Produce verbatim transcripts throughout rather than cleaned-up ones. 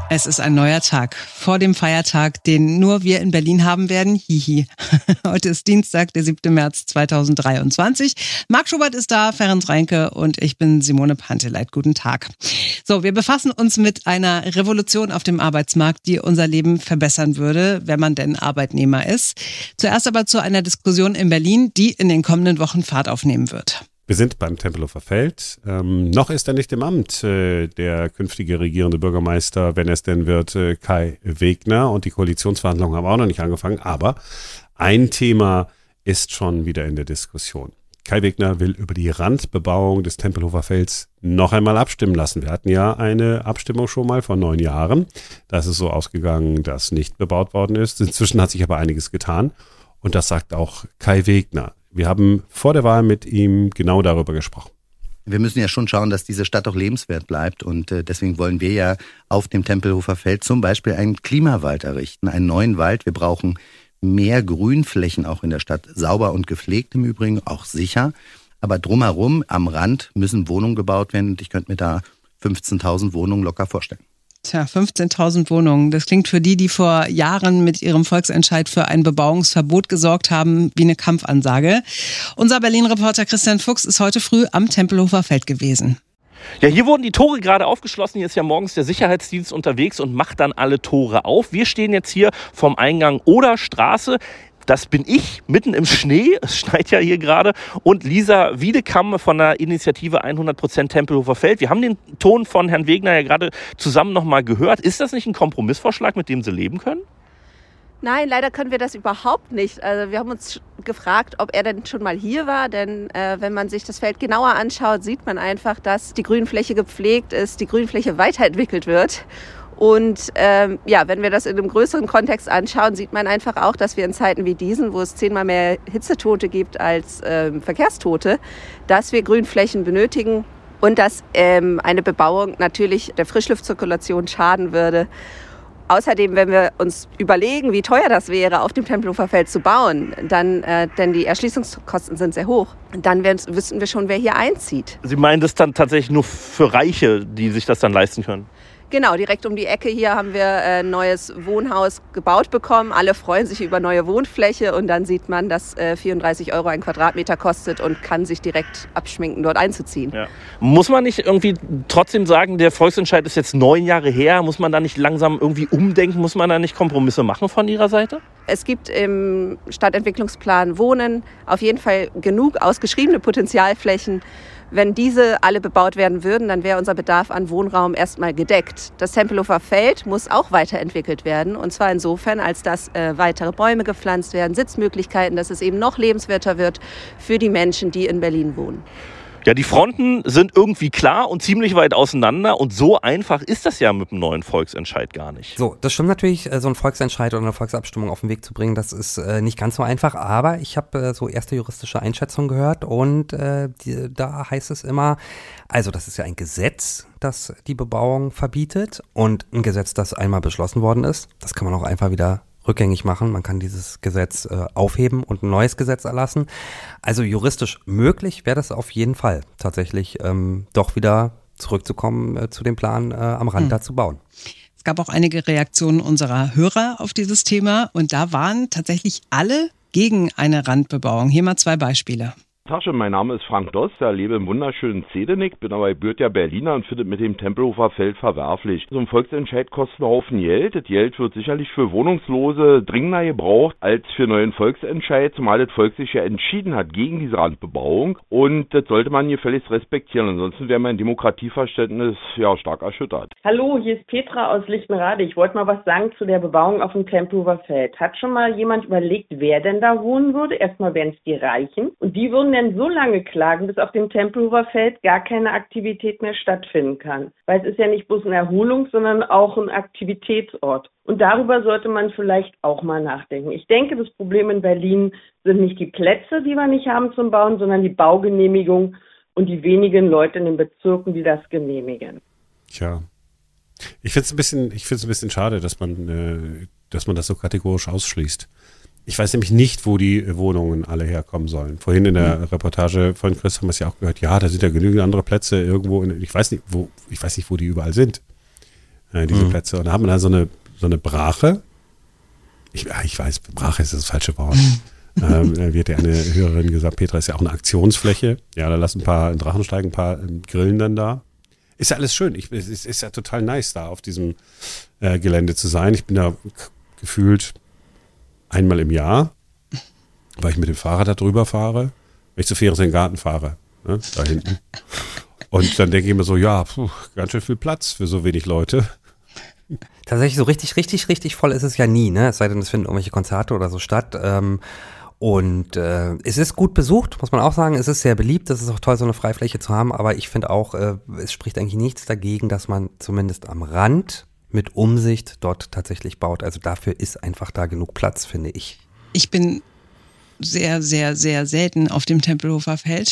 Es ist ein neuer Tag vor dem Feiertag, den nur wir in Berlin haben werden. Hihi. Heute ist Dienstag, der siebte März zweitausenddreiundzwanzig. Marc Schubert ist da, Ferenc Reinke und ich bin Simone Panteleit. Guten Tag. So, wir befassen uns mit einer Revolution auf dem Arbeitsmarkt, die unser Leben verbessern würde, wenn man denn Arbeitnehmer ist. Zuerst aber zu einer Diskussion in Berlin, die in den kommenden Wochen Fahrt aufnehmen wird. Wir sind beim Tempelhofer Feld. Ähm, noch ist er nicht im Amt, äh, der künftige regierende Bürgermeister, wenn es denn wird, äh, Kai Wegner. Und die Koalitionsverhandlungen haben auch noch nicht angefangen. Aber ein Thema ist schon wieder in der Diskussion. Kai Wegner will über die Randbebauung des Tempelhofer Felds noch einmal abstimmen lassen. Wir hatten ja eine Abstimmung schon mal vor neun Jahren. Da ist es so ausgegangen, dass nicht bebaut worden ist. Inzwischen hat sich aber einiges getan. Und das sagt auch Kai Wegner. Wir haben vor der Wahl mit ihm genau darüber gesprochen. Wir müssen ja schon schauen, dass diese Stadt auch lebenswert bleibt. Und deswegen wollen wir ja auf dem Tempelhofer Feld zum Beispiel einen Klimawald errichten, einen neuen Wald. Wir brauchen mehr Grünflächen auch in der Stadt. Sauber und gepflegt im Übrigen, auch sicher. Aber drumherum, am Rand, müssen Wohnungen gebaut werden. Und ich könnte mir da fünfzehntausend Wohnungen locker vorstellen. Tja, fünfzehntausend Wohnungen. Das klingt für die, die vor Jahren mit ihrem Volksentscheid für ein Bebauungsverbot gesorgt haben, wie eine Kampfansage. Unser Berlin-Reporter Christian Fuchs ist heute früh am Tempelhofer Feld gewesen. Ja, hier wurden die Tore gerade aufgeschlossen. Hier ist ja morgens der Sicherheitsdienst unterwegs und macht dann alle Tore auf. Wir stehen jetzt hier vom Eingang Oder Straße. Das bin ich, mitten im Schnee, es schneit ja hier gerade, und Lisa Wiedekamp von der Initiative hundert Prozent Tempelhofer Feld. Wir haben den Ton von Herrn Wegner ja gerade zusammen nochmal gehört. Ist das nicht ein Kompromissvorschlag, mit dem Sie leben können? Nein, leider können wir das überhaupt nicht. Also wir haben uns gefragt, ob er denn schon mal hier war, denn äh, wenn man sich das Feld genauer anschaut, sieht man einfach, dass die Grünfläche gepflegt ist, die Grünfläche weiterentwickelt wird. Und ähm, ja, wenn wir das in einem größeren Kontext anschauen, sieht man einfach auch, dass wir in Zeiten wie diesen, wo es zehnmal mehr Hitzetote gibt als ähm, Verkehrstote, dass wir Grünflächen benötigen und dass ähm, eine Bebauung natürlich der Frischluftzirkulation schaden würde. Außerdem, wenn wir uns überlegen, wie teuer das wäre, auf dem Tempelhofer Feld zu bauen, dann, äh, denn die Erschließungskosten sind sehr hoch, dann wüssten wir schon, wer hier einzieht. Sie meinen das dann tatsächlich nur für Reiche, die sich das dann leisten können? Genau, direkt um die Ecke hier haben wir ein neues Wohnhaus gebaut bekommen. Alle freuen sich über neue Wohnfläche und dann sieht man, dass vierunddreißig Euro ein Quadratmeter kostet und kann sich direkt abschminken, dort einzuziehen. Ja. Muss man nicht irgendwie trotzdem sagen, der Volksentscheid ist jetzt neun Jahre her, muss man da nicht langsam irgendwie umdenken, muss man da nicht Kompromisse machen von Ihrer Seite? Es gibt im Stadtentwicklungsplan Wohnen auf jeden Fall genug ausgeschriebene Potenzialflächen. Wenn diese alle bebaut werden würden, dann wäre unser Bedarf an Wohnraum erstmal gedeckt. Das Tempelhofer Feld muss auch weiterentwickelt werden. Und zwar insofern, als dass äh, weitere Bäume gepflanzt werden, Sitzmöglichkeiten, dass es eben noch lebenswerter wird für die Menschen, die in Berlin wohnen. Ja, die Fronten sind irgendwie klar und ziemlich weit auseinander. Und so einfach ist das ja mit dem neuen Volksentscheid gar nicht. So, das stimmt natürlich, so einen Volksentscheid oder eine Volksabstimmung auf den Weg zu bringen, das ist äh, nicht ganz so einfach. Aber ich habe äh, so erste juristische Einschätzungen gehört und äh, die, da heißt es immer, also das ist ja ein Gesetz, das die Bebauung verbietet und ein Gesetz, das einmal beschlossen worden ist. Das kann man auch einfach wieder rückgängig machen. Man kann dieses Gesetz äh, aufheben und ein neues Gesetz erlassen. Also juristisch möglich wäre das auf jeden Fall, tatsächlich ähm, doch wieder zurückzukommen äh, zu dem Plan, äh, am Rand hm. da zu bauen. Es gab auch einige Reaktionen unserer Hörer auf dieses Thema und da waren tatsächlich alle gegen eine Randbebauung. Hier mal zwei Beispiele. Tasche, mein Name ist Frank Doss, ich lebe im wunderschönen Zedenick, bin aber gebürtiger Berliner und finde mit dem Tempelhofer Feld verwerflich. So ein Volksentscheid kostet einen Haufen Geld. Das Geld wird sicherlich für Wohnungslose dringender gebraucht als für einen neuen Volksentscheid, zumal das Volk sich ja entschieden hat gegen diese Randbebauung und das sollte man hier völlig respektieren, ansonsten wäre mein Demokratieverständnis ja stark erschüttert. Hallo, hier ist Petra aus Lichtenrade. Ich wollte mal was sagen zu der Bebauung auf dem Tempelhofer Feld. Hat schon mal jemand überlegt, wer denn da wohnen würde? Erstmal wären es die Reichen und die würden denn so lange klagen, bis auf dem Tempelhofer Feld gar keine Aktivität mehr stattfinden kann. Weil es ist ja nicht bloß ein Erholungs-, sondern auch ein Aktivitätsort. Und darüber sollte man vielleicht auch mal nachdenken. Ich denke, das Problem in Berlin sind nicht die Plätze, die wir nicht haben zum Bauen, sondern die Baugenehmigung und die wenigen Leute in den Bezirken, die das genehmigen. Tja, ich finde es ein bisschen, ich finde es ein bisschen schade, dass man, äh, dass man das so kategorisch ausschließt. Ich weiß nämlich nicht, wo die Wohnungen alle herkommen sollen. Vorhin in der mhm. Reportage von Chris haben wir es ja auch gehört, ja, da sind ja genügend andere Plätze irgendwo, in, ich weiß nicht, wo, ich weiß nicht, wo die überall sind. äh, diese Mhm. Plätze. Und da haben wir da so eine, so eine Brache. Ich, ich weiß, Brache ist das falsche Wort. ähm, da wird ja eine Hörerin gesagt, Petra ist ja auch eine Aktionsfläche. Ja, da lassen ein paar in Drachen steigen, ein paar ähm, grillen dann da. Ist ja alles schön. Ich, es ist, ist ja total nice, da auf diesem äh, Gelände zu sein. Ich bin da k- gefühlt einmal im Jahr, weil ich mit dem Fahrrad da drüber fahre, wenn ich zu Ferien in den Garten fahre, ne, da hinten. Und dann denke ich mir so, ja, puh, ganz schön viel Platz für so wenig Leute. Tatsächlich so richtig, richtig, richtig voll ist es ja nie, ne? Es sei denn, es finden irgendwelche Konzerte oder so statt. Ähm, und äh, es ist gut besucht, muss man auch sagen. Es ist sehr beliebt. Es ist auch toll, so eine Freifläche zu haben. Aber ich finde auch, äh, es spricht eigentlich nichts dagegen, dass man zumindest am Rand mit Umsicht dort tatsächlich baut. Also dafür ist einfach da genug Platz, finde ich. Ich bin sehr, sehr, sehr selten auf dem Tempelhofer Feld.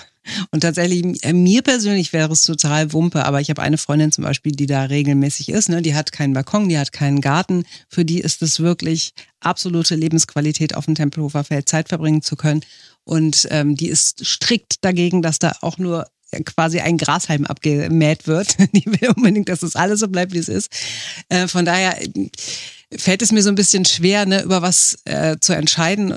Und tatsächlich, äh, mir persönlich wäre es total Wumpe, aber ich habe eine Freundin zum Beispiel, die da regelmäßig ist, ne? Die hat keinen Balkon, die hat keinen Garten. Für die ist es wirklich absolute Lebensqualität, auf dem Tempelhofer Feld Zeit verbringen zu können. Und ähm, die ist strikt dagegen, dass da auch nur quasi ein Grashalm abgemäht wird. Die will unbedingt, dass das alles so bleibt, wie es ist. Äh, von daher fällt es mir so ein bisschen schwer, ne, über was äh, zu entscheiden,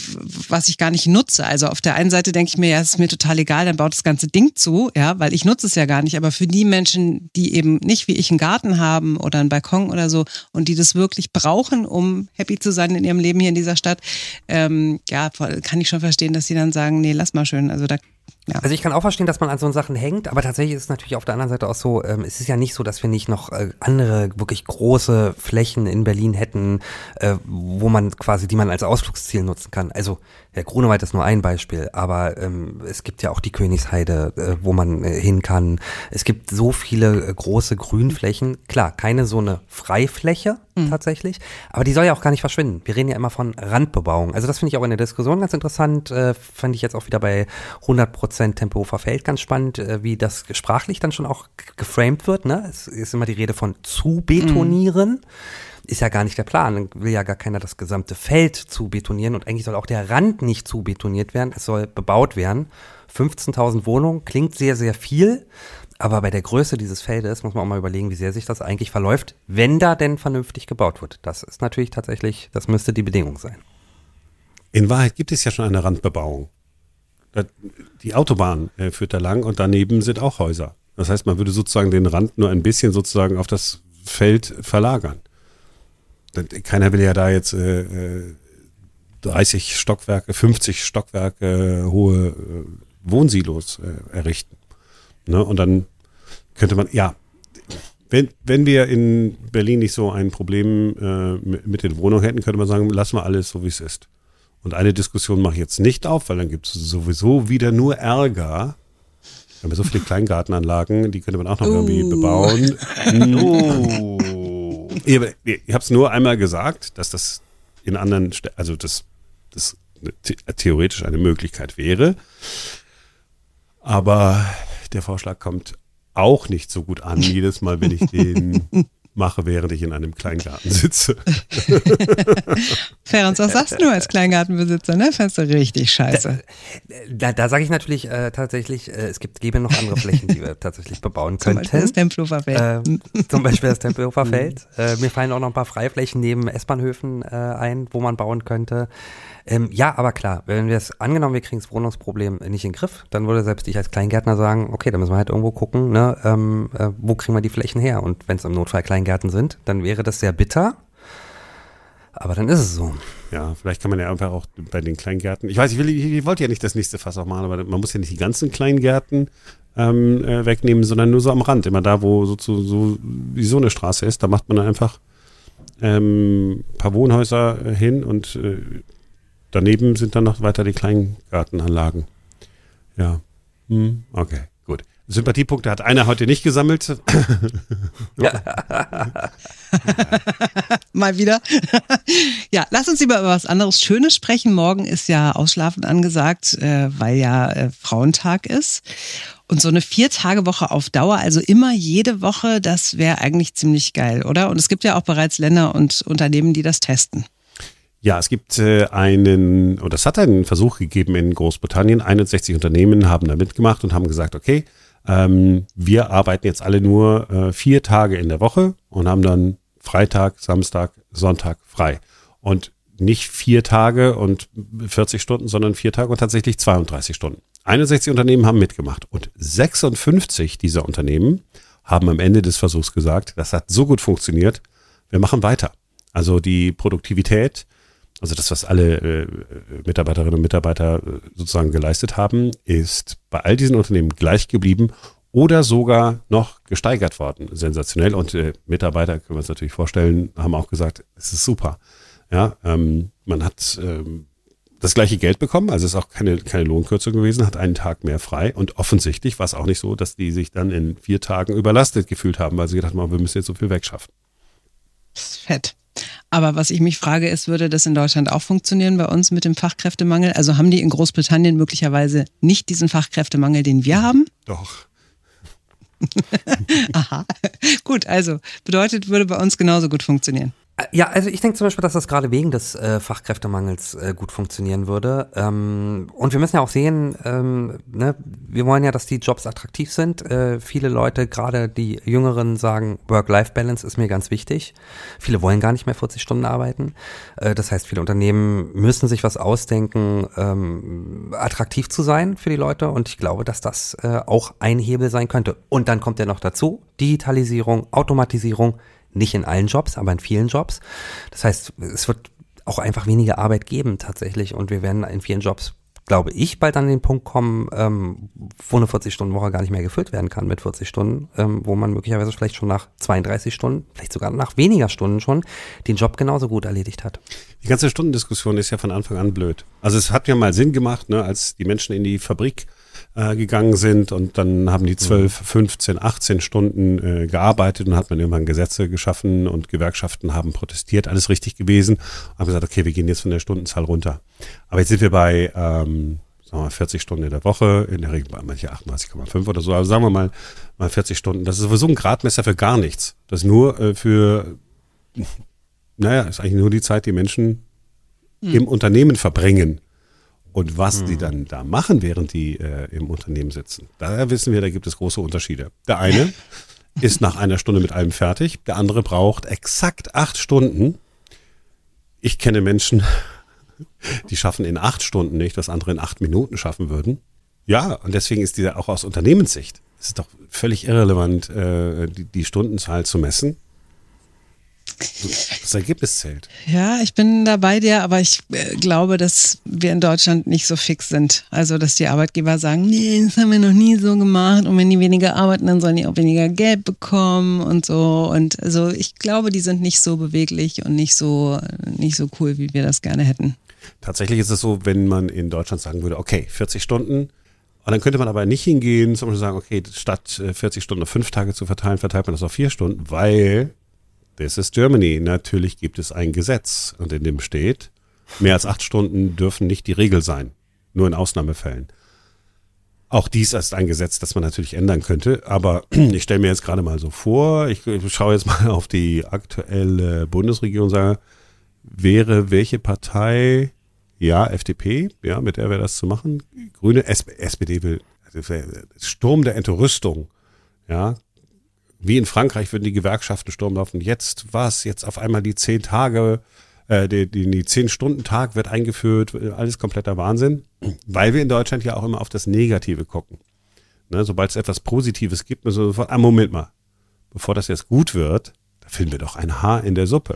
was ich gar nicht nutze. Also auf der einen Seite denke ich mir, ja, es ist mir total egal, dann baut das ganze Ding zu, ja, weil ich nutze es ja gar nicht. Aber für die Menschen, die eben nicht wie ich einen Garten haben oder einen Balkon oder so und die das wirklich brauchen, um happy zu sein in ihrem Leben hier in dieser Stadt, ähm, ja, kann ich schon verstehen, dass sie dann sagen, nee, lass mal schön. Also da Ja. Also ich kann auch verstehen, dass man an so Sachen hängt, aber tatsächlich ist es natürlich auf der anderen Seite auch so, ähm, es ist ja nicht so, dass wir nicht noch äh, andere wirklich große Flächen in Berlin hätten, äh, wo man quasi, die man als Ausflugsziel nutzen kann. Also der Grunewald ist nur ein Beispiel, aber ähm, es gibt ja auch die Königsheide, äh, wo man äh, hin kann. Es gibt so viele äh, große Grünflächen. Klar, keine so eine Freifläche mhm. tatsächlich, aber die soll ja auch gar nicht verschwinden. Wir reden ja immer von Randbebauung. Also das finde ich auch in der Diskussion ganz interessant, äh, fand ich jetzt auch wieder bei hundert Prozent Tempelhofer Feld ganz spannend, äh, wie das sprachlich dann schon auch geframed wird. Ne? Es ist immer die Rede von zu betonieren. Mhm. Ist ja gar nicht der Plan. Dann will ja gar keiner das gesamte Feld zu betonieren und eigentlich soll auch der Rand nicht zu betoniert werden. Es soll bebaut werden. fünfzehntausend Wohnungen klingt sehr, sehr viel. Aber bei der Größe dieses Feldes muss man auch mal überlegen, wie sehr sich das eigentlich verläuft, wenn da denn vernünftig gebaut wird. Das ist natürlich tatsächlich, das müsste die Bedingung sein. In Wahrheit gibt es ja schon eine Randbebauung. Die Autobahn äh, führt da lang und daneben sind auch Häuser. Das heißt, man würde sozusagen den Rand nur ein bisschen sozusagen auf das Feld verlagern. Keiner will ja da jetzt äh, dreißig Stockwerke, fünfzig Stockwerke äh, hohe äh, Wohnsilos äh, errichten. Ne? Und dann könnte man, ja, wenn, wenn wir in Berlin nicht so ein Problem äh, mit, mit den Wohnungen hätten, könnte man sagen, lassen wir alles so, wie es ist. Und eine Diskussion mache ich jetzt nicht auf, weil dann gibt es sowieso wieder nur Ärger. Wir haben ja so viele Kleingartenanlagen, die könnte man auch noch uh. irgendwie bebauen. uh. Ich, ich habe es nur einmal gesagt, dass das in anderen, St- also das, das the- theoretisch eine Möglichkeit wäre. Aber der Vorschlag kommt auch nicht so gut an, jedes Mal, wenn ich den mache, während ich in einem Kleingarten sitze. Ferenc, was sagst du als Kleingartenbesitzer, ne? Findest du richtig scheiße. Da, da, da sage ich natürlich äh, tatsächlich, äh, es gibt, gäbe noch andere Flächen, die wir tatsächlich bebauen könnten. Zum Beispiel das Tempelhofer Feld. Äh, zum Beispiel das Tempelhofer Feld. Äh, mir fallen auch noch ein paar Freiflächen neben S-Bahnhöfen äh, ein, wo man bauen könnte. Ähm, ja, aber klar, wenn wir es angenommen, wir kriegen das Wohnungsproblem nicht in den Griff, dann würde selbst ich als Kleingärtner sagen, okay, dann müssen wir halt irgendwo gucken, ne, ähm, äh, wo kriegen wir die Flächen her? Und wenn es im Notfall Kleingärten sind, dann wäre das sehr bitter. Aber dann ist es so. Ja, vielleicht kann man ja einfach auch bei den Kleingärten, ich weiß, ich, will, ich, ich wollte ja nicht das nächste Fass auch machen, aber man muss ja nicht die ganzen Kleingärten ähm, äh, wegnehmen, sondern nur so am Rand, immer da, wo so, so, so wie so eine Straße ist, da macht man dann einfach ähm, ein paar Wohnhäuser äh, hin und äh, daneben sind dann noch weiter die Kleingartenanlagen. Ja, hm, okay, gut. Sympathiepunkte hat einer heute nicht gesammelt. Mal wieder. Ja, lass uns lieber über was anderes Schönes sprechen. Morgen ist ja Ausschlafen angesagt, äh, weil ja äh, Frauentag ist. Und so eine Vier-Tage-Woche auf Dauer, also immer jede Woche, das wäre eigentlich ziemlich geil, oder? Und es gibt ja auch bereits Länder und Unternehmen, die das testen. Ja, es gibt äh, einen, oder es hat einen Versuch gegeben in Großbritannien. einundsechzig Unternehmen haben da mitgemacht und haben gesagt, okay, ähm, wir arbeiten jetzt alle nur äh, vier Tage in der Woche und haben dann Freitag, Samstag, Sonntag frei. Und nicht vier Tage und vierzig Stunden, sondern vier Tage und tatsächlich zweiunddreißig Stunden. einundsechzig Unternehmen haben mitgemacht und sechsundfünfzig dieser Unternehmen haben am Ende des Versuchs gesagt, das hat so gut funktioniert, wir machen weiter. Also die Produktivität, also das, was alle äh, Mitarbeiterinnen und Mitarbeiter äh, sozusagen geleistet haben, ist bei all diesen Unternehmen gleich geblieben oder sogar noch gesteigert worden. Sensationell. Und äh, Mitarbeiter, können wir uns natürlich vorstellen, haben auch gesagt, es ist super. Ja, ähm, man hat ähm, das gleiche Geld bekommen, also es ist auch keine, keine Lohnkürzung gewesen, hat einen Tag mehr frei und offensichtlich war es auch nicht so, dass die sich dann in vier Tagen überlastet gefühlt haben, weil sie gedacht haben, wir müssen jetzt so viel wegschaffen. Das ist fett. Aber was ich mich frage, ist, würde das in Deutschland auch funktionieren bei uns mit dem Fachkräftemangel? Also haben die in Großbritannien möglicherweise nicht diesen Fachkräftemangel, den wir haben? Doch. Aha, gut, also bedeutet, würde bei uns genauso gut funktionieren. Ja, also ich denke zum Beispiel, dass das gerade wegen des äh, Fachkräftemangels äh, gut funktionieren würde. Ähm, und wir müssen ja auch sehen, ähm, ne, wir wollen ja, dass die Jobs attraktiv sind. Äh, viele Leute, gerade die Jüngeren, sagen, Work-Life-Balance ist mir ganz wichtig. Viele wollen gar nicht mehr vierzig Stunden arbeiten. Äh, das heißt, viele Unternehmen müssen sich was ausdenken, ähm, attraktiv zu sein für die Leute. Und ich glaube, dass das äh, auch ein Hebel sein könnte. Und dann kommt ja noch dazu, Digitalisierung, Automatisierung. Nicht in allen Jobs, aber in vielen Jobs. Das heißt, es wird auch einfach weniger Arbeit geben tatsächlich und wir werden in vielen Jobs, glaube ich, bald an den Punkt kommen, ähm, wo eine vierzig-Stunden-Woche gar nicht mehr gefüllt werden kann mit vierzig Stunden, ähm, wo man möglicherweise vielleicht schon nach zweiunddreißig Stunden, vielleicht sogar nach weniger Stunden schon, den Job genauso gut erledigt hat. Die ganze Stundendiskussion ist ja von Anfang an blöd. Also es hat ja mal Sinn gemacht, ne, als die Menschen in die Fabrik äh, gegangen sind und dann haben die zwölf, fünfzehn, achtzehn Stunden äh, gearbeitet und hat man irgendwann Gesetze geschaffen und Gewerkschaften haben protestiert, alles richtig gewesen. Haben gesagt, okay, wir gehen jetzt von der Stundenzahl runter. Aber jetzt sind wir bei ähm, sagen wir mal vierzig Stunden in der Woche, in der Regel bei manche achtunddreißig Komma fünf oder so, aber sagen wir mal, mal vierzig Stunden. Das ist sowieso ein Gradmesser für gar nichts. Das ist nur äh, für, naja, ist eigentlich nur die Zeit, die Menschen hm. im Unternehmen verbringen. Und was mhm. die dann da machen, während die äh, im Unternehmen sitzen, da wissen wir, da gibt es große Unterschiede. Der eine ist nach einer Stunde mit allem fertig, der andere braucht exakt acht Stunden. Ich kenne Menschen, die schaffen in acht Stunden nicht, was andere in acht Minuten schaffen würden. Ja, und deswegen ist dieser auch aus Unternehmenssicht, es ist doch völlig irrelevant, äh, die, die Stundenzahl zu messen. Das Ergebnis zählt. Ja, ich bin da bei dir, aber ich äh, glaube, dass wir in Deutschland nicht so fix sind. Also, dass die Arbeitgeber sagen, nee, das haben wir noch nie so gemacht und wenn die weniger arbeiten, dann sollen die auch weniger Geld bekommen und so. Und also ich glaube, die sind nicht so beweglich und nicht so, nicht so cool, wie wir das gerne hätten. Tatsächlich ist es so, wenn man in Deutschland sagen würde, okay, vierzig Stunden, und dann könnte man aber nicht hingehen, zum Beispiel sagen, okay, statt vierzig Stunden auf fünf Tage zu verteilen, verteilt man das auf vier Stunden, weil this is Germany. Natürlich gibt es ein Gesetz und in dem steht, mehr als acht Stunden dürfen nicht die Regel sein, nur in Ausnahmefällen. Auch dies ist ein Gesetz, das man natürlich ändern könnte, aber ich stelle mir jetzt gerade mal so vor, ich, ich schaue jetzt mal auf die aktuelle Bundesregierung und sage, wäre welche Partei, ja, F D P, ja, mit der wäre das zu machen, Grüne, S P D will, Sturm der Entrüstung, ja, wie in Frankreich würden die Gewerkschaften Sturm laufen. Jetzt was? Jetzt auf einmal die zehn Tage, äh, die, die, die zehn-Stunden-Tag wird eingeführt. Alles kompletter Wahnsinn. Weil wir in Deutschland ja auch immer auf das Negative gucken. Ne, sobald es etwas Positives gibt, müssen wir sofort, ah, Moment mal. Bevor das jetzt gut wird, da finden wir doch ein Haar in der Suppe.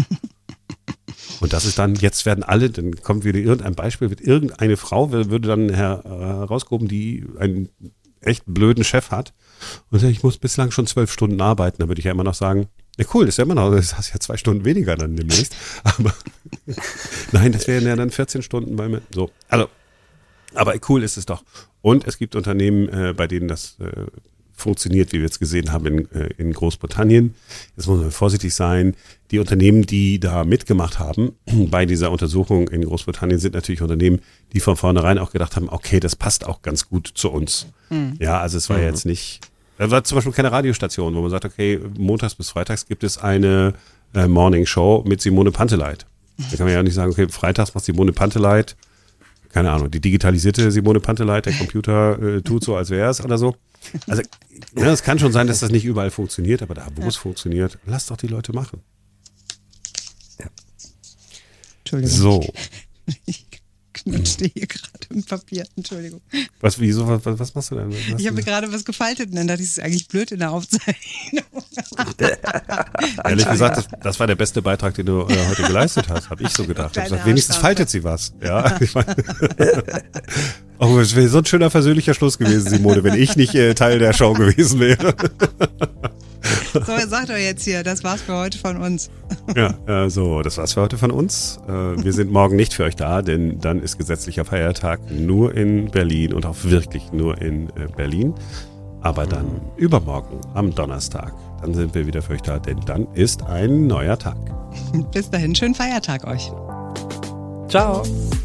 Und das ist dann, jetzt werden alle, dann kommt wieder irgendein Beispiel, wird irgendeine Frau, würde dann herausgehoben, die einen echt blöden Chef hat und sagt, ich muss bislang schon zwölf Stunden arbeiten, dann würde ich ja immer noch sagen, ja cool, das ist ja immer noch, das hast ja zwei Stunden weniger dann demnächst, aber nein, das wären ja dann vierzehn Stunden bei mir, so, also, aber cool ist es doch. Und es gibt Unternehmen, äh, bei denen das äh, funktioniert, wie wir jetzt gesehen haben in, äh, in Großbritannien. Jetzt muss man vorsichtig sein. Die Unternehmen, die da mitgemacht haben bei dieser Untersuchung in Großbritannien, sind natürlich Unternehmen, die von vornherein auch gedacht haben, okay, das passt auch ganz gut zu uns. Mhm. Ja, also es war mhm. jetzt nicht, da war zum Beispiel keine Radiostation, wo man sagt, okay, montags bis freitags gibt es eine äh, Morning Show mit Simone Panteleit. Da kann man ja nicht sagen, okay, freitags macht Simone Panteleit keine Ahnung, die digitalisierte Simone Panteleit, der Computer äh, tut so, als wäre es oder so. Also ne, es kann schon sein, dass das nicht überall funktioniert, aber da, wo ja. es funktioniert, lass doch die Leute machen. Ja. Entschuldigung. So. Ich knutschte hier gerade im Papier. Entschuldigung. Was, wieso, was, was machst du denn? Was ich habe mir gerade was gefaltet und dann dachte ich, das ist eigentlich blöd in der Aufzeichnung. Ehrlich gesagt, das, das war der beste Beitrag, den du äh, heute geleistet hast, habe ich so gedacht. Ich gesagt, wenigstens faltet sie was. Ja, ich meine, oh, es wäre so ein schöner versöhnlicher Schluss gewesen, Simone, wenn ich nicht äh, Teil der Show gewesen wäre. So, sagt doch jetzt hier, das war's für heute von uns. Ja, äh, so, das war's für heute von uns. Äh, wir sind morgen nicht für euch da, denn dann ist gesetzlicher Feiertag nur in Berlin und auch wirklich nur in äh, Berlin. Aber dann übermorgen, am Donnerstag, dann sind wir wieder für euch da, denn dann ist ein neuer Tag. Bis dahin, schönen Feiertag euch. Ciao.